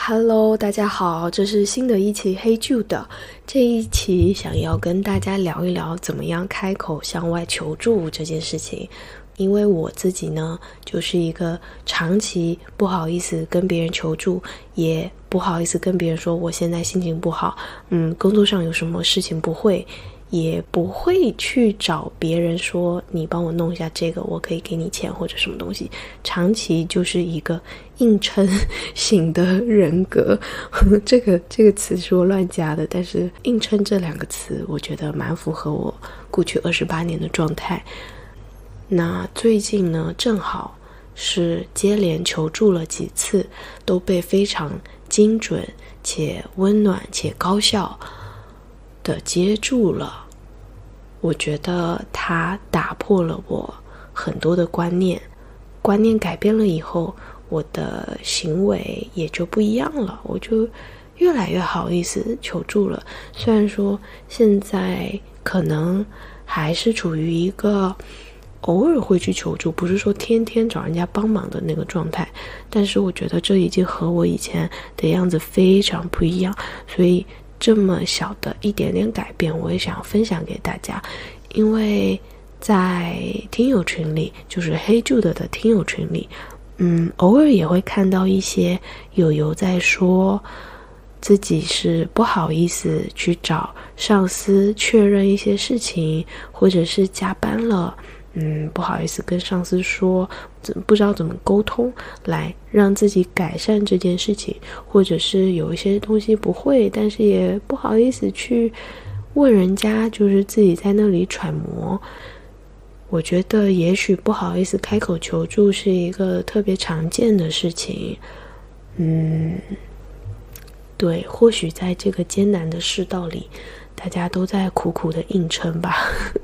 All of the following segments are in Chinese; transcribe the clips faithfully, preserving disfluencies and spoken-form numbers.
Hello， 大家好，这是新的一期黑 Jude 的。这一期想要跟大家聊一聊怎么样开口向外求助这件事情。因为我自己呢，就是一个长期不好意思跟别人求助，也不好意思跟别人说我现在心情不好，嗯，工作上有什么事情不会，也不会去找别人说你帮我弄一下这个，我可以给你钱或者什么东西。长期就是一个硬撑型的人格，这个这个词是我乱加的，但是硬撑这两个词我觉得蛮符合我过去二十八年的状态。那最近呢，正好是接连求助了几次，都被非常精准且温暖且高效的接住了。我觉得它打破了我很多的观念，观念改变了以后，我的行为也就不一样了，我就越来越好意思求助了。虽然说现在可能还是处于一个偶尔会去求助，不是说天天找人家帮忙的那个状态，但是我觉得这已经和我以前的样子非常不一样，所以这么小的一点点改变我也想分享给大家。因为在听友群里，就是黑 Jude 的听友群里，嗯，偶尔也会看到一些友友在说自己是不好意思去找上司确认一些事情，或者是加班了，嗯，不好意思跟上司说，不知道怎么沟通来让自己改善这件事情，或者是有一些东西不会，但是也不好意思去问人家，就是自己在那里揣摩。我觉得也许不好意思开口求助是一个特别常见的事情，嗯，对，或许在这个艰难的世道里，大家都在苦苦的硬撑吧。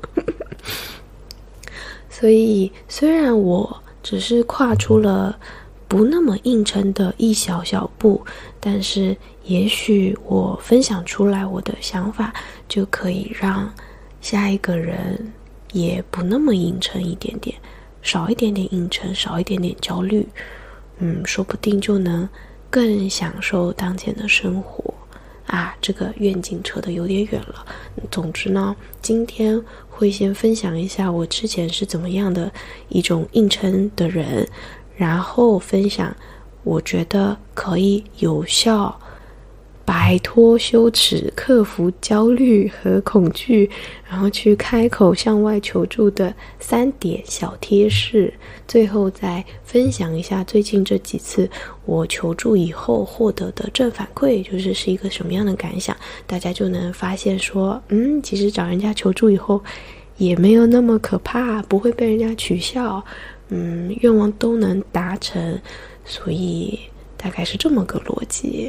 所以虽然我只是跨出了不那么硬撑的一小小步，但是也许我分享出来我的想法，就可以让下一个人也不那么硬撑一点点，少一点点硬撑，少一点点焦虑，嗯，说不定就能更享受当前的生活啊。这个愿景扯得有点远了。总之呢，今天会先分享一下我之前是怎么样的一种硬撑的人，然后分享我觉得可以有效摆脱羞耻，克服焦虑和恐惧，然后去开口向外求助的三点小贴士。最后再分享一下最近这几次我求助以后获得的正反馈，就是是一个什么样的感想，大家就能发现说，嗯，其实找人家求助以后也没有那么可怕，不会被人家取笑，嗯，愿望都能达成，所以大概是这么个逻辑。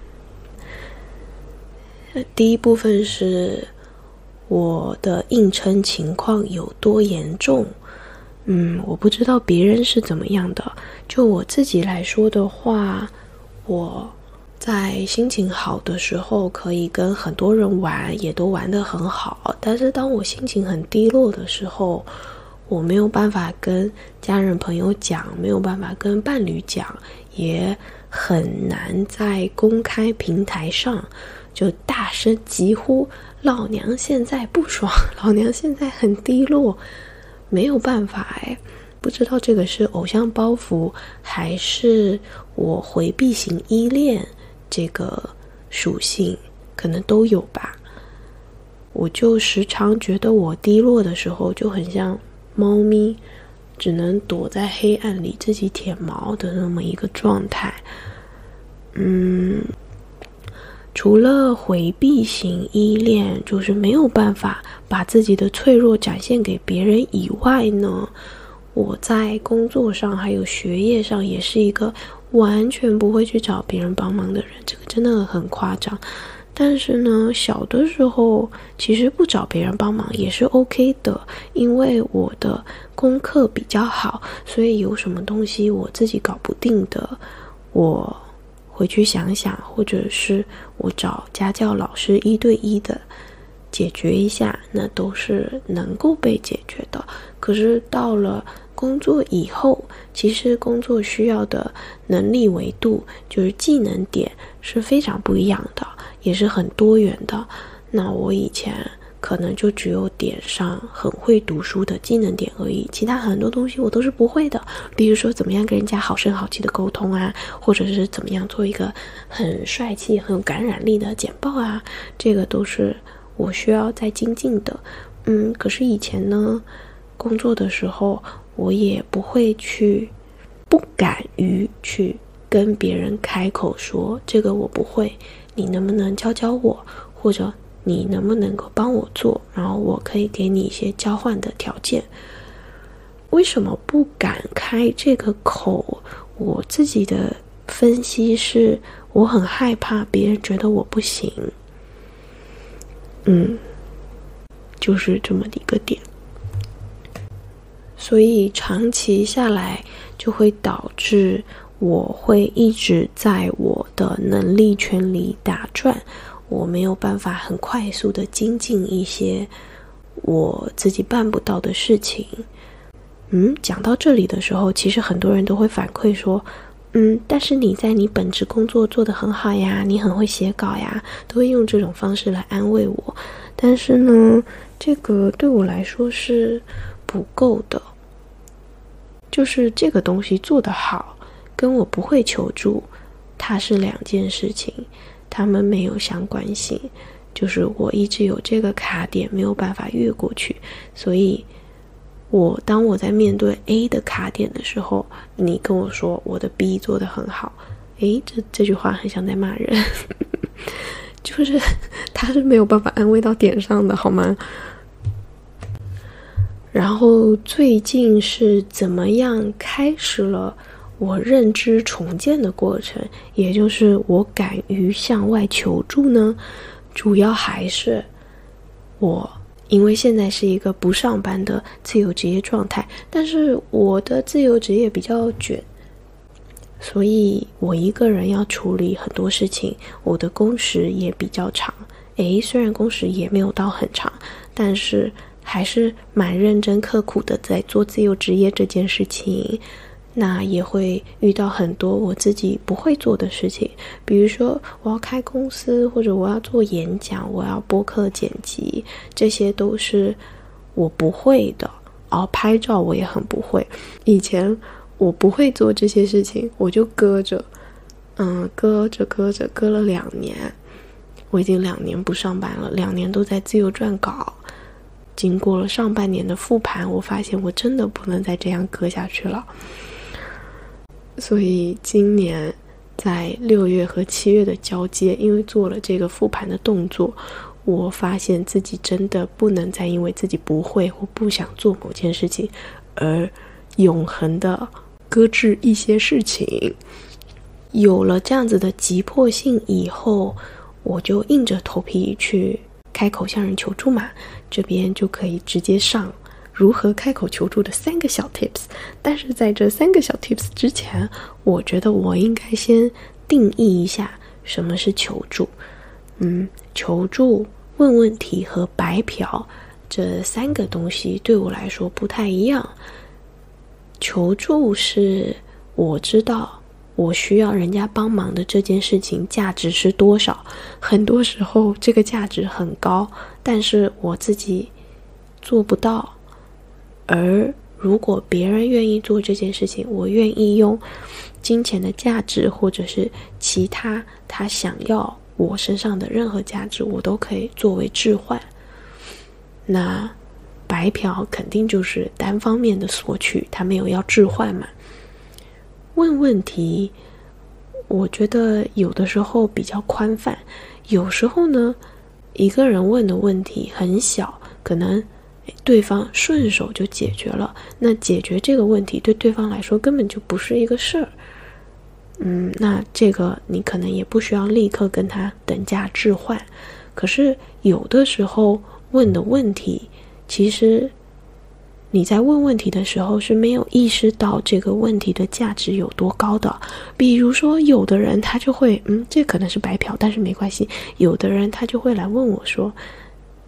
第一部分是我的硬撑情况有多严重。嗯，我不知道别人是怎么样的，就我自己来说的话，我在心情好的时候可以跟很多人玩，也都玩得很好，但是当我心情很低落的时候，我没有办法跟家人朋友讲，没有办法跟伴侣讲，也很难在公开平台上就大声疾呼老娘现在不爽，老娘现在很低落，没有办法哎，不知道这个是偶像包袱还是我回避型依恋这个属性，可能都有吧。我就时常觉得我低落的时候就很像猫咪，只能躲在黑暗里自己舔毛的那么一个状态。嗯，除了回避型依恋，就是没有办法把自己的脆弱展现给别人以外呢，我在工作上还有学业上也是一个完全不会去找别人帮忙的人，这个真的很夸张。但是呢，小的时候其实不找别人帮忙也是 OK 的，因为我的功课比较好，所以有什么东西我自己搞不定的，我回去想想，或者是我找家教老师一对一的解决一下，那都是能够被解决的。可是到了工作以后，其实工作需要的能力维度，就是技能点是非常不一样的，也是很多元的。那我以前可能就只有点上很会读书的技能点而已，其他很多东西我都是不会的。比如说怎么样跟人家好声好气的沟通啊，或者是怎么样做一个很帅气很有感染力的简报啊，这个都是我需要再精进的。嗯，可是以前呢，工作的时候我也不会去，不敢于去跟别人开口说这个我不会，你能不能教教我，或者你能不能够帮我做，然后我可以给你一些交换的条件。为什么不敢开这个口？我自己的分析是，我很害怕别人觉得我不行。嗯，就是这么的一个点。所以长期下来就会导致我会一直在我的能力圈里打转，我没有办法很快速的精进一些我自己办不到的事情。嗯，讲到这里的时候，其实很多人都会反馈说，嗯，但是你在你本职工作做得很好呀，你很会写稿呀，都会用这种方式来安慰我。但是呢，这个对我来说是不够的。就是这个东西做得好，跟我不会求助，它是两件事情，它们没有相关性。就是我一直有这个卡点没有办法越过去，所以我当我在面对 A 的卡点的时候，你跟我说我的 B 做得很好，诶，这这句话很像在骂人就是他是没有办法安慰到点上的，好吗？然后最近是怎么样开始了我认知重建的过程，也就是我敢于向外求助呢？主要还是我因为现在是一个不上班的自由职业状态，但是我的自由职业比较卷，所以我一个人要处理很多事情，我的工时也比较长。诶，虽然工时也没有到很长，但是还是蛮认真刻苦的在做自由职业这件事情。那也会遇到很多我自己不会做的事情，比如说我要开公司，或者我要做演讲，我要播客剪辑，这些都是我不会的。然后拍照我也很不会，以前我不会做这些事情，我就搁着嗯，搁着搁着搁了两年，我已经两年不上班了，两年都在自由撰稿。经过了上半年的复盘，我发现我真的不能再这样搁下去了。所以今年在六月和七月的交接，因为做了这个复盘的动作，我发现自己真的不能再因为自己不会或不想做某件事情而永恒的搁置一些事情。有了这样子的急迫性以后，我就硬着头皮去开口向人求助嘛，这边就可以直接上如何开口求助的三个小 tips。 但是在这三个小 tips 之前，我觉得我应该先定义一下什么是求助。嗯，求助、问问题和白嫖这三个东西对我来说不太一样。求助是我知道我需要人家帮忙的这件事情价值是多少，很多时候这个价值很高，但是我自己做不到。而如果别人愿意做这件事情，我愿意用金钱的价值或者是其他他想要我身上的任何价值，我都可以作为置换。那白嫖肯定就是单方面的索取，他没有要置换嘛。问问题我觉得有的时候比较宽泛，有时候呢一个人问的问题很小，可能对方顺手就解决了，那解决这个问题对对方来说根本就不是一个事儿。嗯，那这个你可能也不需要立刻跟他等价置换。可是有的时候问的问题，其实你在问问题的时候是没有意识到这个问题的价值有多高的。比如说有的人他就会嗯，这可能是白嫖，但是没关系。有的人他就会来问我说，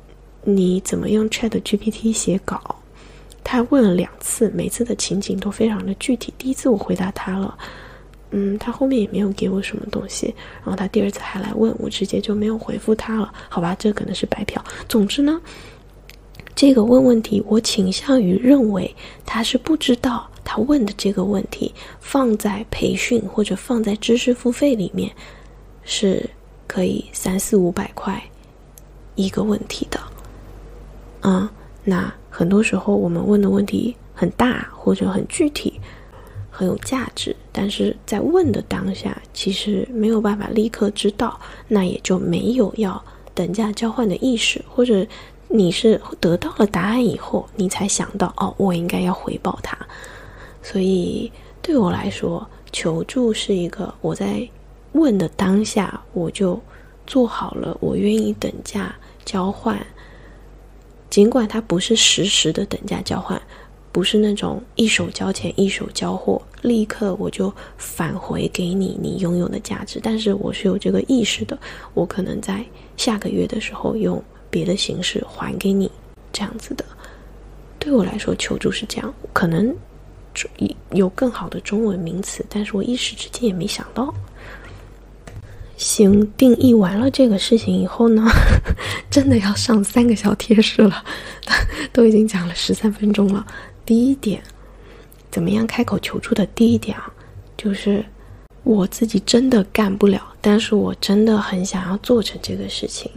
你怎么用 Chat G P T 写稿？他问了两次，每次的情景都非常的具体。第一次我回答他了，嗯，他后面也没有给我什么东西，然后他第二次还来问，我直接就没有回复他了。好吧，这可能是白嫖。总之呢，这个问问题，我倾向于认为他是不知道他问的这个问题放在培训或者放在知识付费里面是可以三四五百块一个问题的。嗯，那很多时候我们问的问题很大或者很具体，很有价值，但是在问的当下其实没有办法立刻知道，那也就没有要等价交换的意识，或者你是得到了答案以后你才想到，哦，我应该要回报他。所以对我来说，求助是一个我在问的当下我就做好了，我愿意等价交换，尽管它不是实时的等价交换，不是那种一手交钱一手交货，立刻我就返回给你你拥有的价值，但是我是有这个意识的，我可能在下个月的时候用别的形式还给你，这样子的。对我来说求助是这样，可能有更好的中文名词，但是我一时之间也没想到。行，定义完了这个事情以后呢，真的要上三个小贴士了，都已经讲了十三分钟了。第一点，怎么样开口求助的第一点啊，就是我自己真的干不了，但是我真的很想要做成这个事情。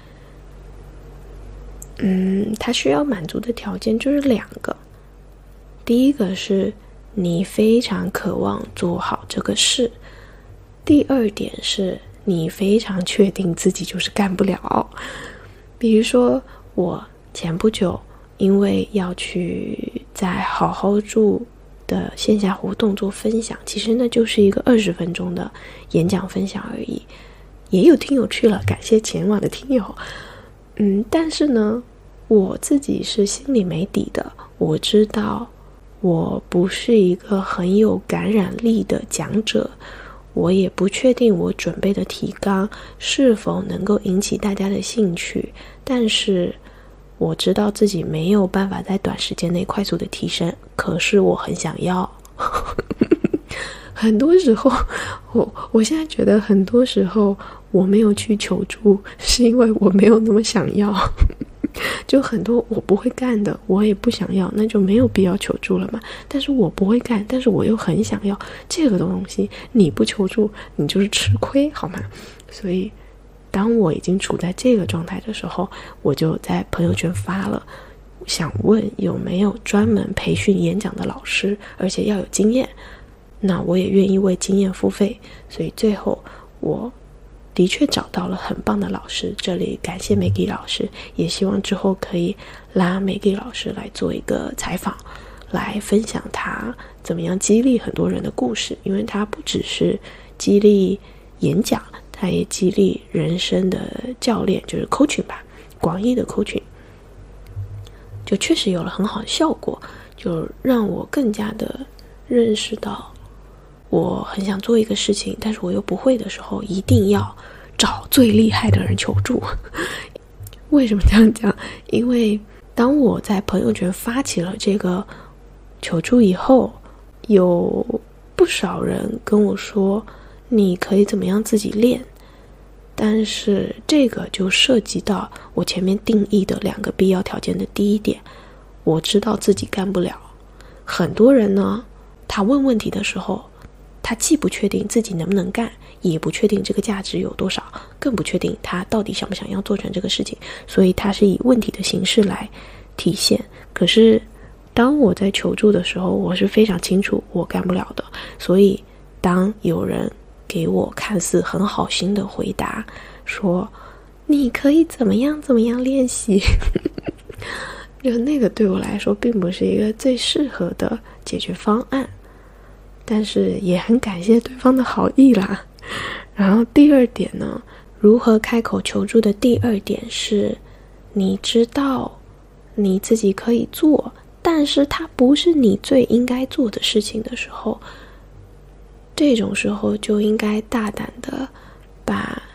嗯，它需要满足的条件就是两个。第一个是你非常渴望做好这个事，第二点是你非常确定自己就是干不了。比如说我前不久因为要去在好好住的线下活动做分享，其实那就是一个二十分钟的演讲分享而已，也有听友去了，感谢前往的听友。嗯，但是呢我自己是心里没底的，我知道我不是一个很有感染力的讲者，我也不确定我准备的提纲是否能够引起大家的兴趣，但是我知道自己没有办法在短时间内快速的提升，可是我很想要。很多时候我我现在觉得很多时候我没有去求助是因为我没有那么想要。就很多我不会干的我也不想要，那就没有必要求助了嘛。但是我不会干，但是我又很想要这个东西，你不求助你就是吃亏，好吗？所以当我已经处在这个状态的时候，我就在朋友圈发了，想问有没有专门培训演讲的老师，而且要有经验，那我也愿意为经验付费。所以最后我的确找到了很棒的老师，这里感谢美吉老师，也希望之后可以拉美吉老师来做一个采访，来分享他怎么样激励很多人的故事，因为他不只是激励演讲，他也激励人生的教练，就是 coaching 吧，广义的 coaching， 就确实有了很好的效果，就让我更加的认识到我很想做一个事情，但是我又不会的时候，一定要找最厉害的人求助。为什么这样讲？因为当我在朋友圈发起了这个求助以后，有不少人跟我说你可以怎么样自己练，但是这个就涉及到我前面定义的两个必要条件的第一点，我知道自己干不了。很多人呢，他问问题的时候，他既不确定自己能不能干，也不确定这个价值有多少，更不确定他到底想不想要做成这个事情，所以他是以问题的形式来体现。可是当我在求助的时候，我是非常清楚我干不了的，所以当有人给我看似很好心的回答说你可以怎么样怎么样练习就那个对我来说并不是一个最适合的解决方案，但是也很感谢对方的好意啦。然后第二点呢，如何开口求助的第二点是，你知道你自己可以做，但是它不是你最应该做的事情的时候，这种时候就应该大胆的把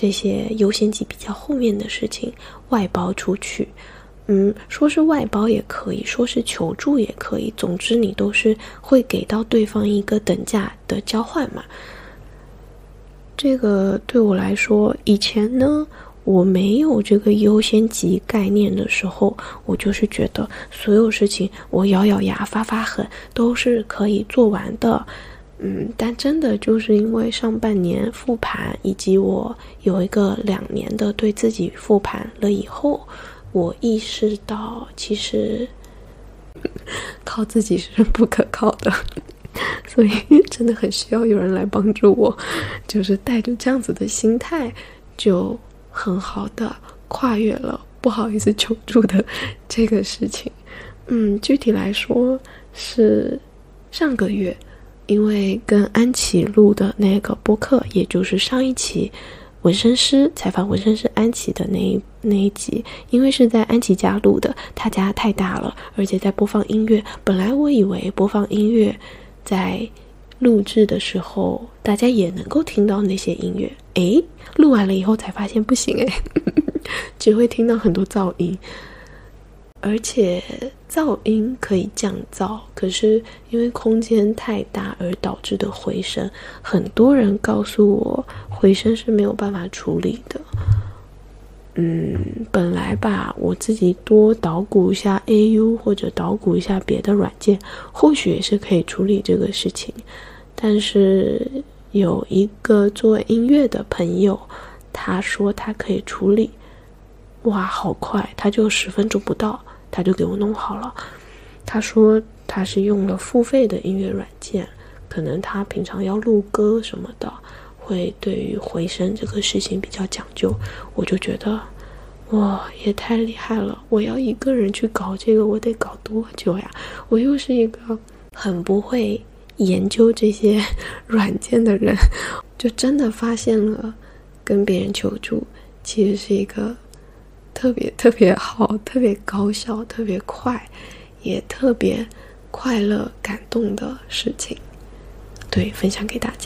这些优先级比较后面的事情外包出去。嗯，说是外包也可以，说是求助也可以，总之你都是会给到对方一个等价的交换嘛。这个对我来说，以前呢我没有这个优先级概念的时候，我就是觉得所有事情我咬咬牙发发狠都是可以做完的。嗯，但真的就是因为上半年复盘，以及我有一个两年的对自己复盘了以后，我意识到其实靠自己是不可靠的，所以真的很需要有人来帮助我，就是带着这样子的心态，就很好的跨越了不好意思求助的这个事情。嗯，具体来说是上个月，因为跟安琪录的那个播客，也就是上一期纹身师采访纹身师安琪的那一那一集，因为是在安琪家录的，他家太大了，而且在播放音乐。本来我以为播放音乐在录制的时候大家也能够听到那些音乐，诶，录完了以后才发现不行诶只会听到很多噪音，而且噪音可以降噪，可是因为空间太大而导致的回声，很多人告诉我回声是没有办法处理的。嗯，本来吧，我自己多捣鼓一下 A U 或者捣鼓一下别的软件，或许也是可以处理这个事情。但是有一个做音乐的朋友，他说他可以处理，哇，好快，他就十分钟不到，他就给我弄好了。他说他是用了付费的音乐软件，可能他平常要录歌什么的，会对于回声这个事情比较讲究。我就觉得哇，也太厉害了，我要一个人去搞这个，我得搞多久呀？我又是一个很不会研究这些软件的人，就真的发现了跟别人求助其实是一个特别特别好，特别高效，特别快，也特别快乐感动的事情。对，分享给大家。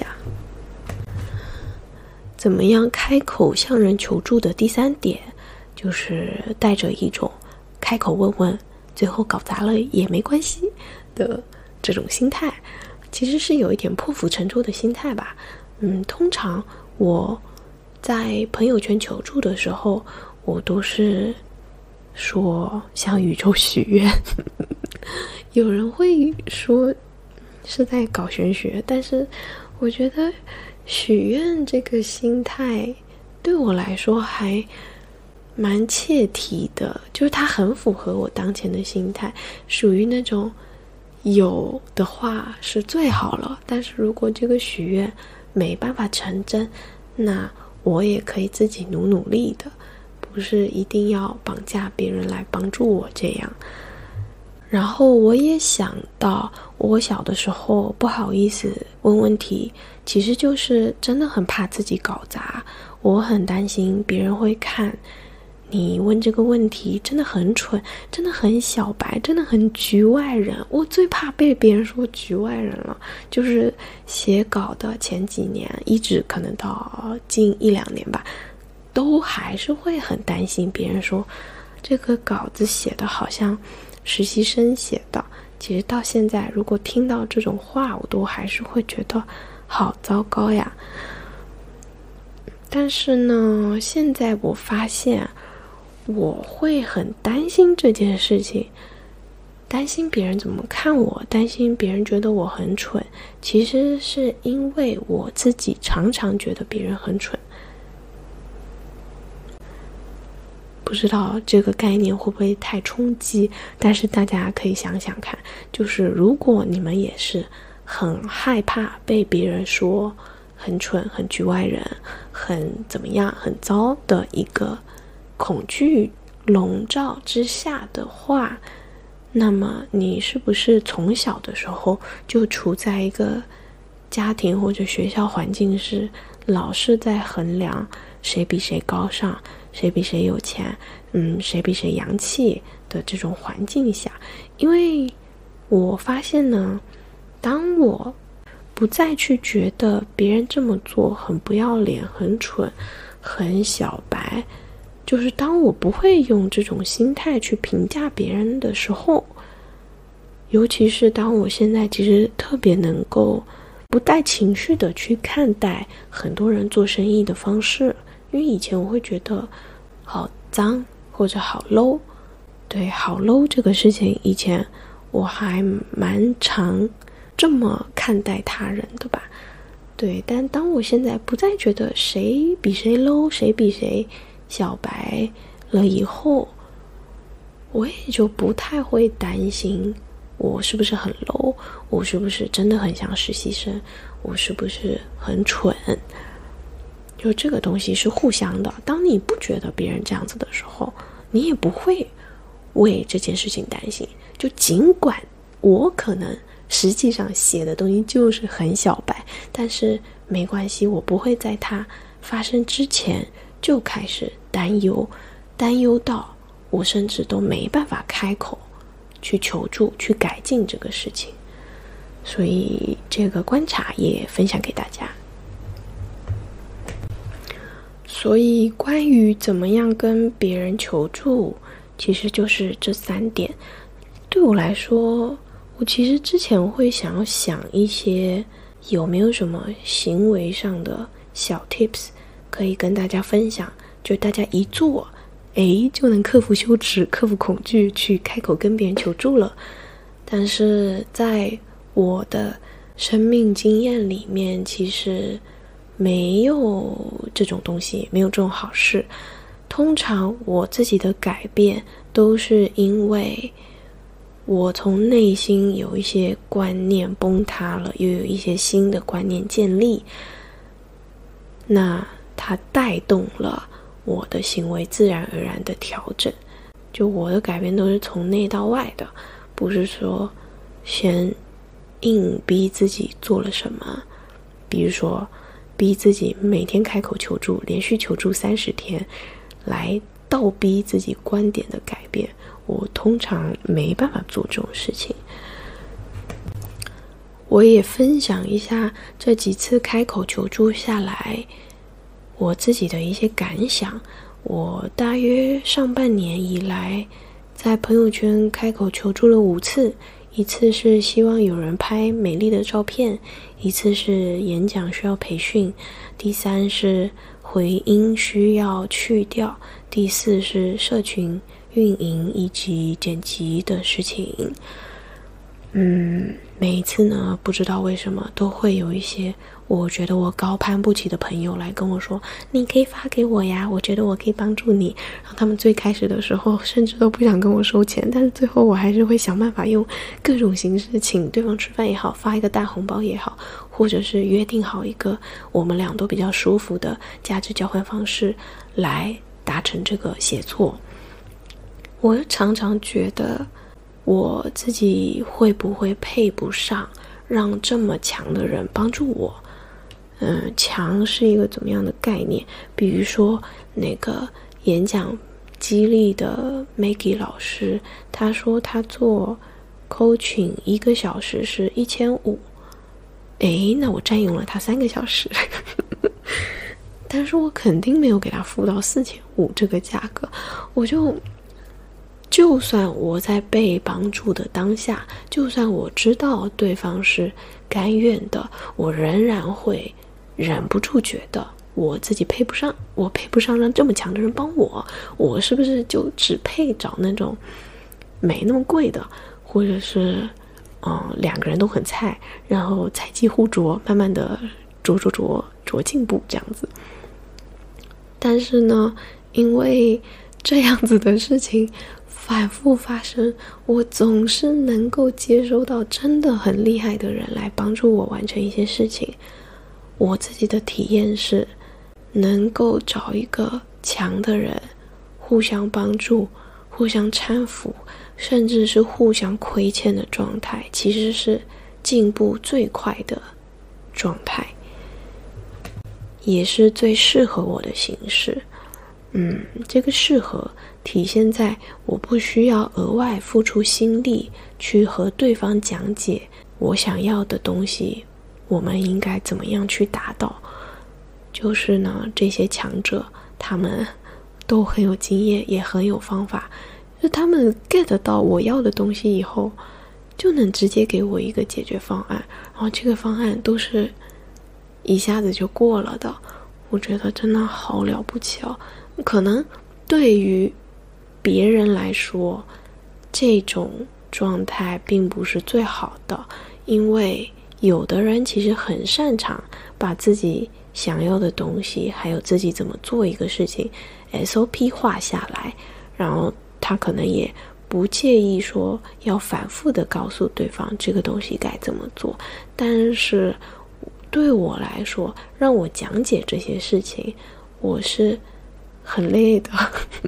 怎么样开口向人求助的第三点，就是带着一种开口问问，最后搞砸了也没关系的这种心态，其实是有一点破釜沉舟的心态吧。嗯，通常我在朋友圈求助的时候，我都是说向宇宙许愿有人会说是在搞玄学，但是我觉得许愿这个心态对我来说还蛮切题的，就是它很符合我当前的心态，属于那种有的话是最好了，但是如果这个许愿没办法成真，那我也可以自己努努力的，不是一定要绑架别人来帮助我这样。然后我也想到我小的时候不好意思问问题，其实就是真的很怕自己搞砸，我很担心别人会看你问这个问题真的很蠢，真的很小白，真的很局外人。我最怕被别人说局外人了，就是写稿的前几年，一直可能到近一两年吧，都还是会很担心别人说这个稿子写的好像实习生写的。其实到现在如果听到这种话，我都还是会觉得好糟糕呀。但是呢，现在我发现我会很担心这件事情，担心别人怎么看我，担心别人觉得我很蠢，其实是因为我自己常常觉得别人很蠢。不知道这个概念会不会太冲击，但是大家可以想想看，就是如果你们也是很害怕被别人说很蠢、很局外人、很怎么样、很糟的一个恐惧笼罩之下的话，那么你是不是从小的时候就处在一个家庭或者学校环境是老是在衡量谁比谁高尚，谁比谁有钱，嗯，谁比谁洋气的这种环境下？因为我发现呢，当我不再去觉得别人这么做很不要脸、很蠢、 很小白，就是当我不会用这种心态去评价别人的时候，尤其是当我现在其实特别能够不带情绪的去看待很多人做生意的方式，因为以前我会觉得好脏或者好 low， 对，好 low 这个事情以前我还蛮常这么看待他人的吧。对，但当我现在不再觉得谁比谁 low 谁比谁小白了以后，我也就不太会担心我是不是很 low， 我是不是真的很像实习生，我是不是很蠢，就这个东西是互相的。当你不觉得别人这样子的时候，你也不会为这件事情担心。就尽管我可能实际上写的东西就是很小白，但是没关系，我不会在它发生之前就开始担忧，担忧到我甚至都没办法开口去求助去改进这个事情。所以这个观察也分享给大家。所以关于怎么样跟别人求助，其实就是这三点。对我来说，我其实之前会想要想一些有没有什么行为上的小 tips 可以跟大家分享，就大家一做诶就能克服羞耻克服恐惧去开口跟别人求助了。但是在我的生命经验里面，其实没有这种东西，没有这种好事。通常我自己的改变都是因为我从内心有一些观念崩塌了，又有一些新的观念建立，那它带动了我的行为自然而然的调整。就我的改变都是从内到外的，不是说先硬逼自己做了什么，比如说逼自己每天开口求助，连续求助三十天，来倒逼自己观点的改变。我通常没办法做这种事情。我也分享一下这几次开口求助下来我自己的一些感想。我大约上半年以来在朋友圈开口求助了五次，一次是希望有人拍美丽的照片，一次是演讲需要培训，第三是回音需要去掉，第四是社群运营以及剪辑的事情。嗯，每一次呢，不知道为什么都会有一些我觉得我高攀不起的朋友来跟我说，你可以发给我呀，我觉得我可以帮助你。然后他们最开始的时候甚至都不想跟我收钱，但是最后我还是会想办法用各种形式请对方吃饭也好，发一个大红包也好，或者是约定好一个我们俩都比较舒服的价值交换方式来达成这个协作。我常常觉得我自己会不会配不上让这么强的人帮助我。嗯，强是一个怎么样的概念？比如说那个演讲激励的 Maggie 老师，他说他做 coaching 一个小时是一千五，诶，那我占用了他三个小时但是我肯定没有给他付到四千五这个价格。我就就算我在被帮助的当下，就算我知道对方是甘愿的，我仍然会忍不住觉得我自己配不上，我配不上让这么强的人帮我，我是不是就只配找那种没那么贵的，或者是嗯，两个人都很菜，然后菜鸡互啄，慢慢的啄啄啄啄进步这样子。但是呢，因为这样子的事情反复发生，我总是能够接收到真的很厉害的人来帮助我完成一些事情。我自己的体验是，能够找一个强的人，互相帮助，互相搀扶，甚至是互相亏欠的状态，其实是进步最快的状态，也是最适合我的形式。嗯，这个适合体现在我不需要额外付出心力去和对方讲解我想要的东西，我们应该怎么样去达到。 就是呢，这些强者他们都很有经验，也很有方法，就他们 get 到我要的东西以后，就能直接给我一个解决方案，然后这个方案都是一下子就过了的。我觉得真的好了不起哦。可能对于别人来说，这种状态并不是最好的，因为有的人其实很擅长把自己想要的东西，还有自己怎么做一个事情 S O P 画下来，然后他可能也不介意说要反复的告诉对方这个东西该怎么做。但是对我来说，让我讲解这些事情，我是很累的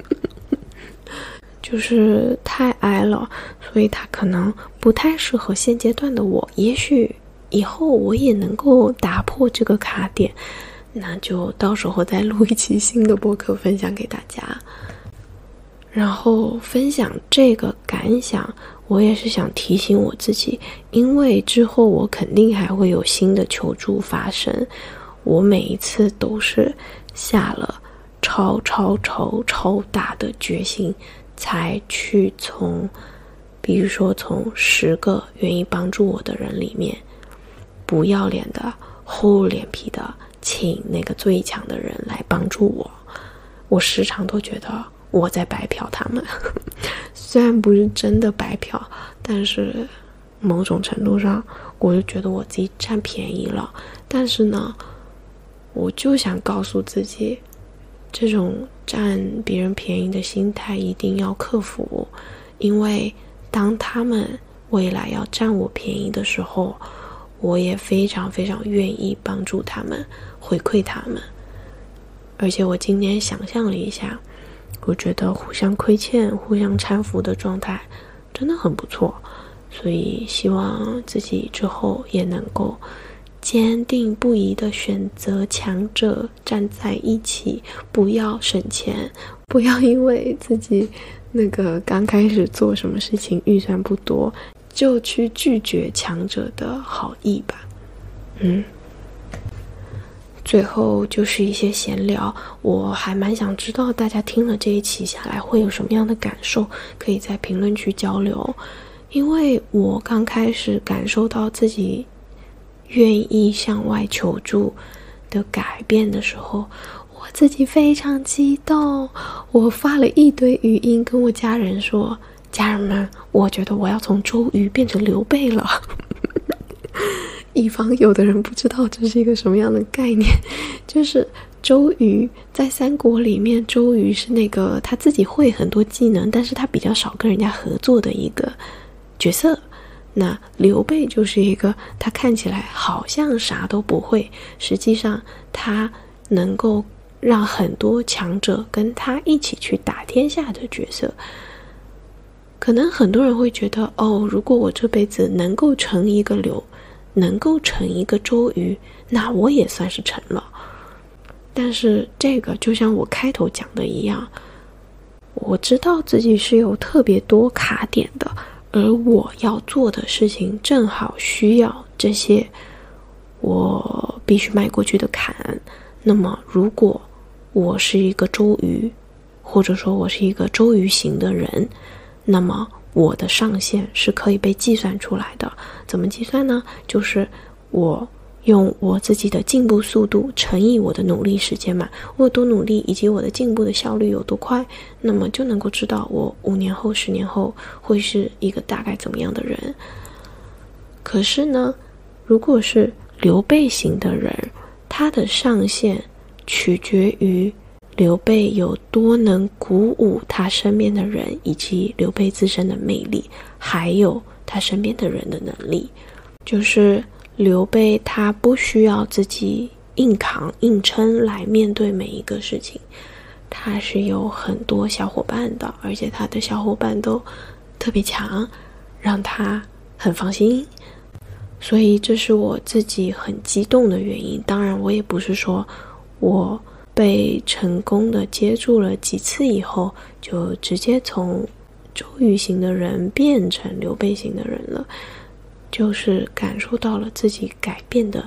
就是太矮了，所以他可能不太适合现阶段的我。也许以后我也能够打破这个卡点，那就到时候再录一期新的播客分享给大家。然后分享这个感想，我也是想提醒我自己，因为之后我肯定还会有新的求助发生，我每一次都是下了超超超超大的决心，才去从比如说从十个愿意帮助我的人里面，不要脸的厚脸皮的请那个最强的人来帮助我。我时常都觉得我在白嫖他们虽然不是真的白嫖，但是某种程度上我就觉得我自己占便宜了。但是呢，我就想告诉自己，这种占别人便宜的心态一定要克服，因为当他们未来要占我便宜的时候，我也非常非常愿意帮助他们，回馈他们。而且我今天想象了一下，我觉得互相亏欠、互相搀扶的状态真的很不错，所以希望自己之后也能够坚定不移地选择强者站在一起，不要省钱，不要因为自己那个刚开始做什么事情预算不多，就去拒绝强者的好意吧。嗯。最后就是一些闲聊，我还蛮想知道大家听了这一期下来会有什么样的感受，可以在评论区交流。因为我刚开始感受到自己愿意向外求助的改变的时候，我自己非常激动，我发了一堆语音跟我家人说，家人们，我觉得我要从周瑜变成刘备了以防有的人不知道这是一个什么样的概念，就是周瑜在三国里面，周瑜是那个他自己会很多技能，但是他比较少跟人家合作的一个角色。那刘备就是一个他看起来好像啥都不会，实际上他能够让很多强者跟他一起去打天下的角色。可能很多人会觉得，哦，如果我这辈子能够成一个刘能够成一个周瑜，那我也算是成了。但是这个就像我开头讲的一样，我知道自己是有特别多卡点的，而我要做的事情正好需要这些我必须迈过去的坎。那么如果我是一个周瑜，或者说我是一个周瑜型的人，那么我的上限是可以被计算出来的。怎么计算呢？就是我用我自己的进步速度乘以我的努力时间嘛，我有多努力以及我的进步的效率有多快，那么就能够知道我五年后十年后会是一个大概怎么样的人。可是呢，如果是刘备型的人，他的上限取决于刘备有多能鼓舞他身边的人，以及刘备自身的魅力，还有他身边的人的能力。就是刘备他不需要自己硬扛硬撑来面对每一个事情，他是有很多小伙伴的，而且他的小伙伴都特别强，让他很放心。所以这是我自己很激动的原因。当然我也不是说我被成功的接住了几次以后就直接从周瑜型的人变成刘备型的人了，就是感受到了自己改变的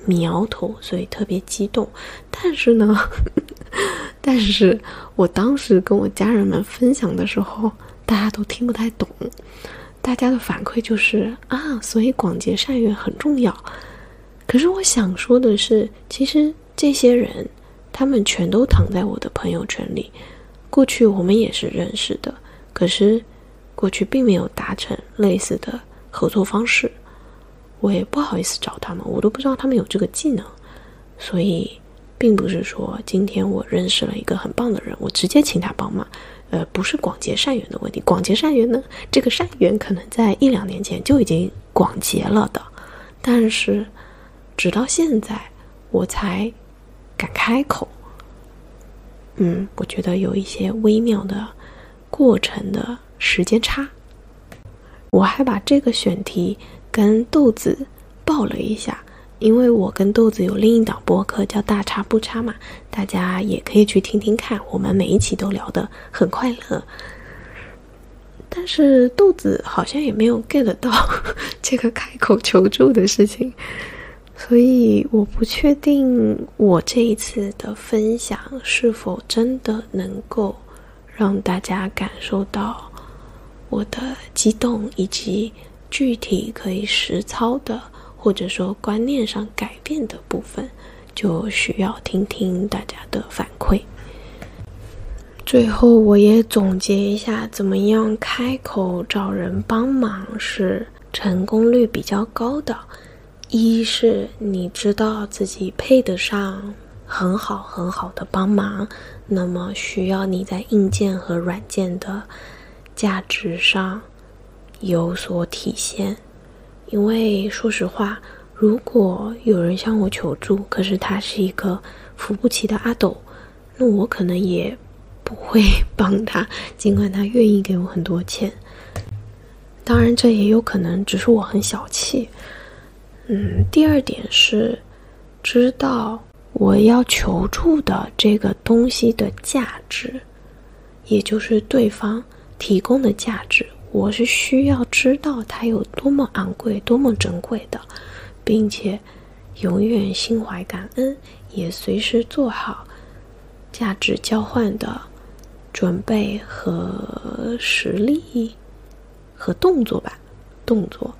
苗头，所以特别激动。但是呢但是我当时跟我家人们分享的时候，大家都听不太懂，大家的反馈就是啊，所以广结善缘很重要。可是我想说的是，其实这些人他们全都躺在我的朋友圈里，过去我们也是认识的，可是过去并没有达成类似的合作方式，我也不好意思找他们，我都不知道他们有这个技能。所以并不是说今天我认识了一个很棒的人，我直接请他帮忙，呃，不是广结善缘的问题。广结善缘呢，这个善缘可能在一两年前就已经广结了的，但是直到现在我才敢开口。嗯，我觉得有一些微妙的过程的时间差。我还把这个选题跟豆子报了一下，因为我跟豆子有另一档播客叫大差不差嘛，大家也可以去听听看，我们每一期都聊得很快乐。但是豆子好像也没有 get 到这个开口求助的事情，所以我不确定我这一次的分享是否真的能够让大家感受到我的激动，以及具体可以实操的或者说观念上改变的部分，就需要听听大家的反馈。最后我也总结一下，怎么样开口找人帮忙是成功率比较高的。一是你知道自己配得上很好很好的帮忙，那么需要你在硬件和软件的价值上有所体现。因为说实话，如果有人向我求助，可是他是一个扶不起的阿斗，那我可能也不会帮他，尽管他愿意给我很多钱。当然这也有可能只是我很小气。嗯，第二点是知道我要求助的这个东西的价值，也就是对方提供的价值，我是需要知道它有多么昂贵多么珍贵的，并且永远心怀感恩，也随时做好价值交换的准备和实力和动作吧动作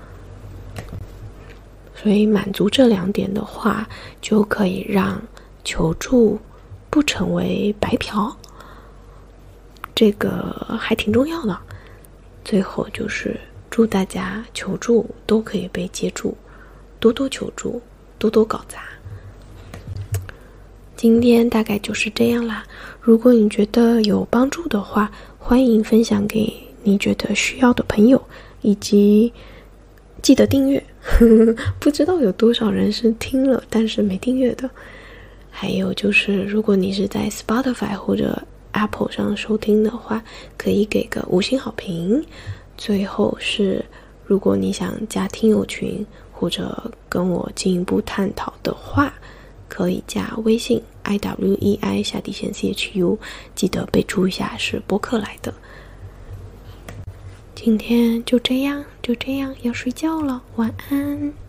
所以满足这两点的话，就可以让求助不成为白嫖，这个还挺重要的。最后就是祝大家求助都可以被接住，多多求助，多多搞砸。今天大概就是这样啦，如果你觉得有帮助的话，欢迎分享给你觉得需要的朋友，以及记得订阅不知道有多少人是听了但是没订阅的。还有就是如果你是在 Spotify 或者 Apple 上收听的话，可以给个五星好评。最后是如果你想加听友群或者跟我进一步探讨的话，可以加微信 I W E I 下底线 C H U， 记得备注一下是播客来的。今天就这样就这样要睡觉了，晚安。